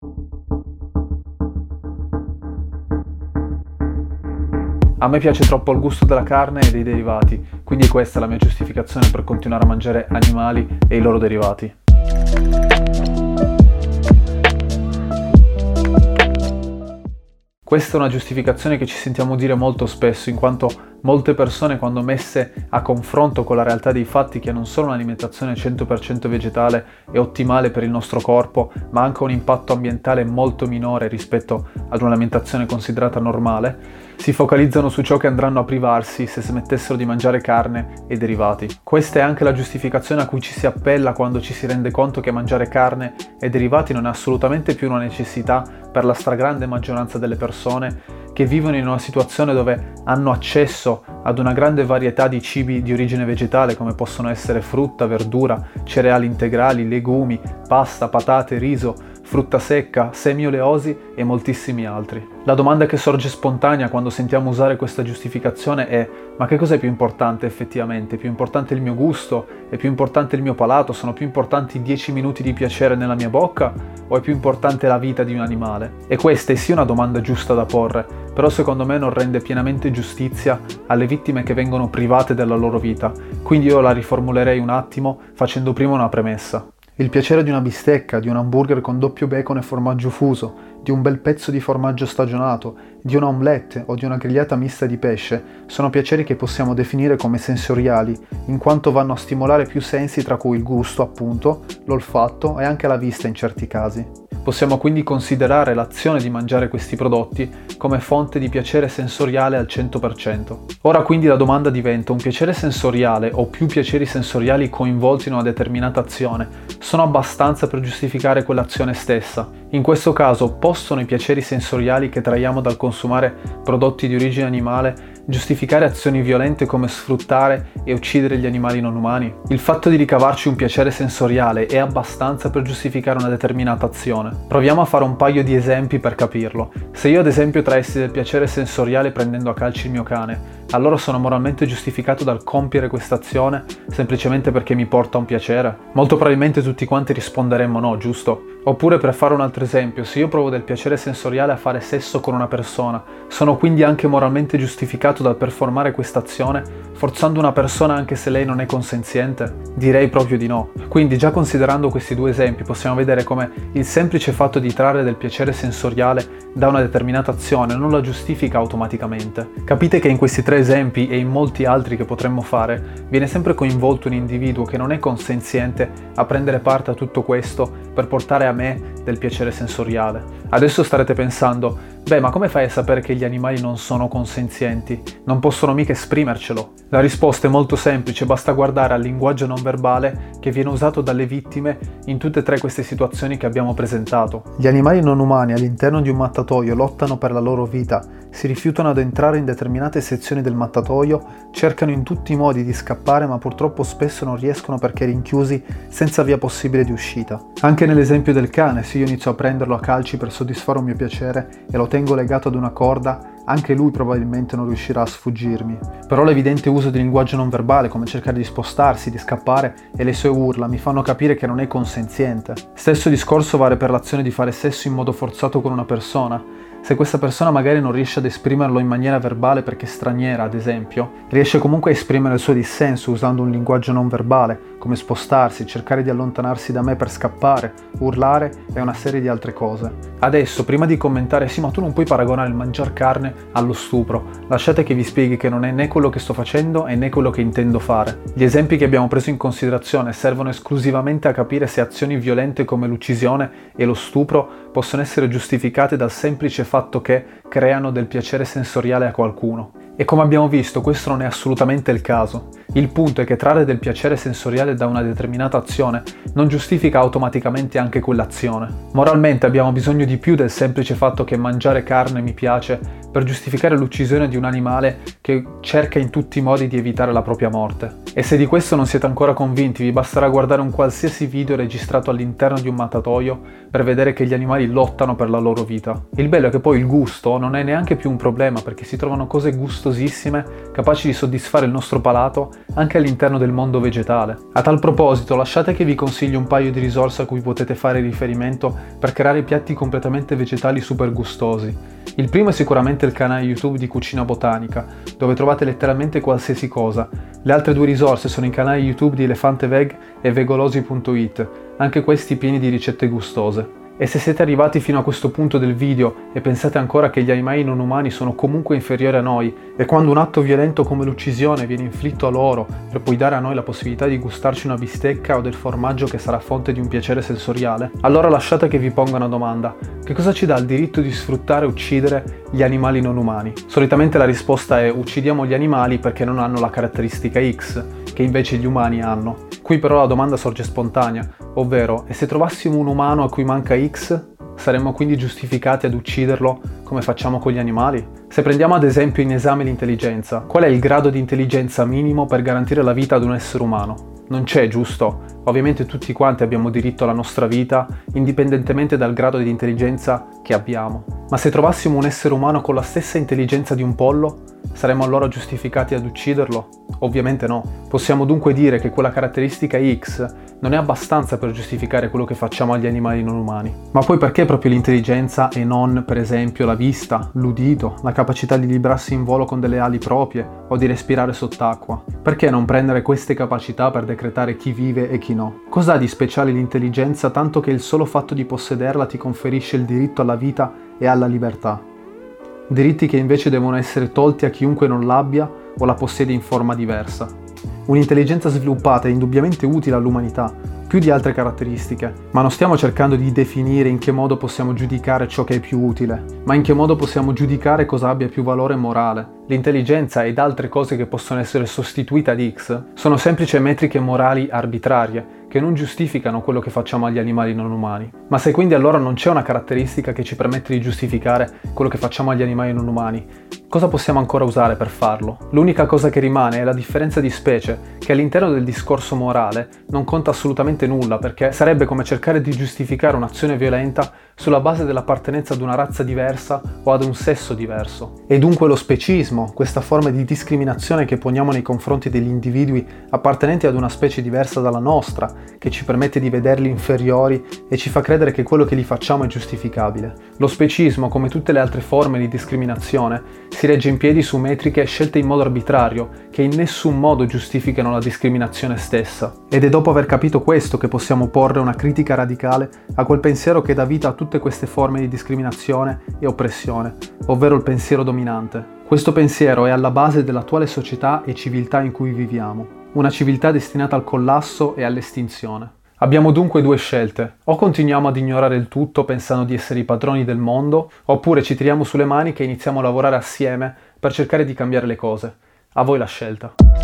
A me piace troppo il gusto della carne e dei derivati, quindi questa è la mia giustificazione per continuare a mangiare animali e i loro derivati. Questa è una giustificazione che ci sentiamo dire molto spesso, in quanto molte persone, quando messe a confronto con la realtà dei fatti che non solo un'alimentazione 100% vegetale è ottimale per il nostro corpo, ma anche un impatto ambientale molto minore rispetto ad un'alimentazione considerata normale, si focalizzano su ciò che andranno a privarsi se smettessero di mangiare carne e derivati. Questa è anche la giustificazione a cui ci si appella quando ci si rende conto che mangiare carne e derivati non è assolutamente più una necessità per la stragrande maggioranza delle persone che vivono in una situazione dove hanno accesso ad una grande varietà di cibi di origine vegetale, come possono essere frutta, verdura, cereali integrali, legumi, pasta, patate, riso, frutta secca, semi oleosi e moltissimi altri. La domanda che sorge spontanea quando sentiamo usare questa giustificazione è: ma che cosa è più importante effettivamente? È più importante il mio gusto? È più importante il mio palato? Sono più importanti 10 minuti di piacere nella mia bocca? O è più importante la vita di un animale? E questa è sì una domanda giusta da porre, però secondo me non rende pienamente giustizia alle vittime che vengono private della loro vita. Quindi io la riformulerei un attimo facendo prima una premessa. Il piacere di una bistecca, di un hamburger con doppio bacon e formaggio fuso, di un bel pezzo di formaggio stagionato, di una omelette o di una grigliata mista di pesce sono piaceri che possiamo definire come sensoriali, in quanto vanno a stimolare più sensi, tra cui il gusto, appunto, l'olfatto e anche la vista in certi casi. Possiamo quindi considerare l'azione di mangiare questi prodotti come fonte di piacere sensoriale al 100%. Ora quindi la domanda diventa: un piacere sensoriale o più piaceri sensoriali coinvolti in una determinata azione sono abbastanza per giustificare quell'azione stessa? In questo caso, possono i piaceri sensoriali che traiamo dal consumare prodotti di origine animale giustificare azioni violente come sfruttare e uccidere gli animali non umani? Il fatto di ricavarci un piacere sensoriale è abbastanza per giustificare una determinata azione? Proviamo a fare un paio di esempi per capirlo. Se io ad esempio traessi del piacere sensoriale prendendo a calci il mio cane, allora sono moralmente giustificato dal compiere questa azione semplicemente perché mi porta un piacere? Molto probabilmente tutti quanti risponderemmo no, giusto? Oppure, per fare un altro esempio, se io provo del piacere sensoriale a fare sesso con una persona, sono quindi anche moralmente giustificato dal performare questa azione forzando una persona anche se lei non è consenziente? Direi proprio di no. Quindi, già considerando questi due esempi, possiamo vedere come il semplice fatto di trarre del piacere sensoriale da una determinata azione non la giustifica automaticamente. Capite che in questi tre esempi e in molti altri che potremmo fare viene sempre coinvolto un individuo che non è consenziente a prendere parte a tutto questo per portare a me del piacere sensoriale. Adesso starete pensando: beh, ma come fai a sapere che gli animali non sono consenzienti? Non possono mica esprimercelo. La risposta è molto semplice, basta guardare al linguaggio non verbale che viene usato dalle vittime in tutte e tre queste situazioni che abbiamo presentato. Gli animali non umani all'interno di un mattatoio lottano per la loro vita, si rifiutano ad entrare in determinate sezioni del mattatoio, cercano in tutti i modi di scappare, ma purtroppo spesso non riescono perché rinchiusi senza via possibile di uscita. Anche nell'esempio del cane, se io inizio a prenderlo a calci per soddisfare un mio piacere e lo tengo legato ad una corda, anche lui probabilmente non riuscirà a sfuggirmi. Però l'evidente uso di linguaggio non verbale, come cercare di spostarsi, di scappare, e le sue urla mi fanno capire che non è consenziente. Stesso discorso vale per l'azione di fare sesso in modo forzato con una persona. Se questa persona magari non riesce ad esprimerlo in maniera verbale perché è straniera, ad esempio, riesce comunque a esprimere il suo dissenso usando un linguaggio non verbale, come spostarsi, cercare di allontanarsi da me per scappare, urlare e una serie di altre cose. Adesso, prima di commentare sì, ma tu non puoi paragonare il mangiar carne allo stupro, lasciate che vi spieghi che non è né quello che sto facendo e né quello che intendo fare. Gli esempi che abbiamo preso in considerazione servono esclusivamente a capire se azioni violente come l'uccisione e lo stupro possono essere giustificate dal semplice fatto che creano del piacere sensoriale a qualcuno. E come abbiamo visto, questo non è assolutamente il caso. Il punto è che trarre del piacere sensoriale da una determinata azione non giustifica automaticamente anche quell'azione. Moralmente abbiamo bisogno di più del semplice fatto che mangiare carne mi piace per giustificare l'uccisione di un animale che cerca in tutti i modi di evitare la propria morte. E se di questo non siete ancora convinti, vi basterà guardare un qualsiasi video registrato all'interno di un mattatoio per vedere che gli animali lottano per la loro vita. Il bello è che poi il gusto non è neanche più un problema, perché si trovano cose gustosissime capaci di soddisfare il nostro palato anche all'interno del mondo vegetale. A tal proposito, lasciate che vi consiglio un paio di risorse a cui potete fare riferimento per creare piatti completamente vegetali super gustosi. Il primo è sicuramente il canale YouTube di Cucina Botanica, dove trovate letteralmente qualsiasi cosa. Le altre due risorse sono i canali YouTube di Elefante Veg e vegolosi.it, anche questi pieni di ricette gustose. E se siete arrivati fino a questo punto del video e pensate ancora che gli animali non umani sono comunque inferiori a noi e quando un atto violento come l'uccisione viene inflitto a loro per poi dare a noi la possibilità di gustarci una bistecca o del formaggio che sarà fonte di un piacere sensoriale, allora lasciate che vi ponga una domanda: che cosa ci dà il diritto di sfruttare e uccidere gli animali non umani? Solitamente la risposta è: uccidiamo gli animali perché non hanno la caratteristica X, che invece gli umani hanno. Qui però la domanda sorge spontanea, ovvero: e se trovassimo un umano a cui manca X, saremmo quindi giustificati ad ucciderlo come facciamo con gli animali? Se prendiamo ad esempio in esame l'intelligenza, qual è il grado di intelligenza minimo per garantire la vita ad un essere umano? Non c'è, giusto? Ovviamente tutti quanti abbiamo diritto alla nostra vita, indipendentemente dal grado di intelligenza che abbiamo. Ma se trovassimo un essere umano con la stessa intelligenza di un pollo, saremmo allora giustificati ad ucciderlo? Ovviamente no. Possiamo dunque dire che quella caratteristica X non è abbastanza per giustificare quello che facciamo agli animali non umani. Ma poi perché proprio l'intelligenza e non, per esempio, la vista, l'udito, la capacità di librarsi in volo con delle ali proprie o di respirare sott'acqua? Perché non prendere queste capacità per decretare chi vive e chi no? Cos'ha di speciale l'intelligenza tanto che il solo fatto di possederla ti conferisce il diritto alla vita e alla libertà? Diritti che invece devono essere tolti a chiunque non l'abbia o la possiede in forma diversa. Un'intelligenza sviluppata è indubbiamente utile all'umanità, più di altre caratteristiche, ma non stiamo cercando di definire in che modo possiamo giudicare ciò che è più utile, ma in che modo possiamo giudicare cosa abbia più valore morale. L'intelligenza ed altre cose che possono essere sostituite ad X sono semplici metriche morali arbitrarie, che non giustificano quello che facciamo agli animali non umani. Ma se quindi allora non c'è una caratteristica che ci permette di giustificare quello che facciamo agli animali non umani, cosa possiamo ancora usare per farlo? L'unica cosa che rimane è la differenza di specie, che all'interno del discorso morale non conta assolutamente nulla, perché sarebbe come cercare di giustificare un'azione violenta sulla base dell'appartenenza ad una razza diversa o ad un sesso diverso. E dunque lo specismo, questa forma di discriminazione che poniamo nei confronti degli individui appartenenti ad una specie diversa dalla nostra, che ci permette di vederli inferiori e ci fa credere che quello che li facciamo è giustificabile. Lo specismo, come tutte le altre forme di discriminazione, si regge in piedi su metriche scelte in modo arbitrario, che in nessun modo giustificano la discriminazione stessa. Ed è dopo aver capito questo che possiamo porre una critica radicale a quel pensiero che dà vita a tutte queste forme di discriminazione e oppressione, ovvero il pensiero dominante. Questo pensiero è alla base dell'attuale società e civiltà in cui viviamo, una civiltà destinata al collasso e all'estinzione. Abbiamo dunque due scelte: o continuiamo ad ignorare il tutto pensando di essere i padroni del mondo, oppure ci tiriamo sulle maniche e iniziamo a lavorare assieme per cercare di cambiare le cose. A voi la scelta.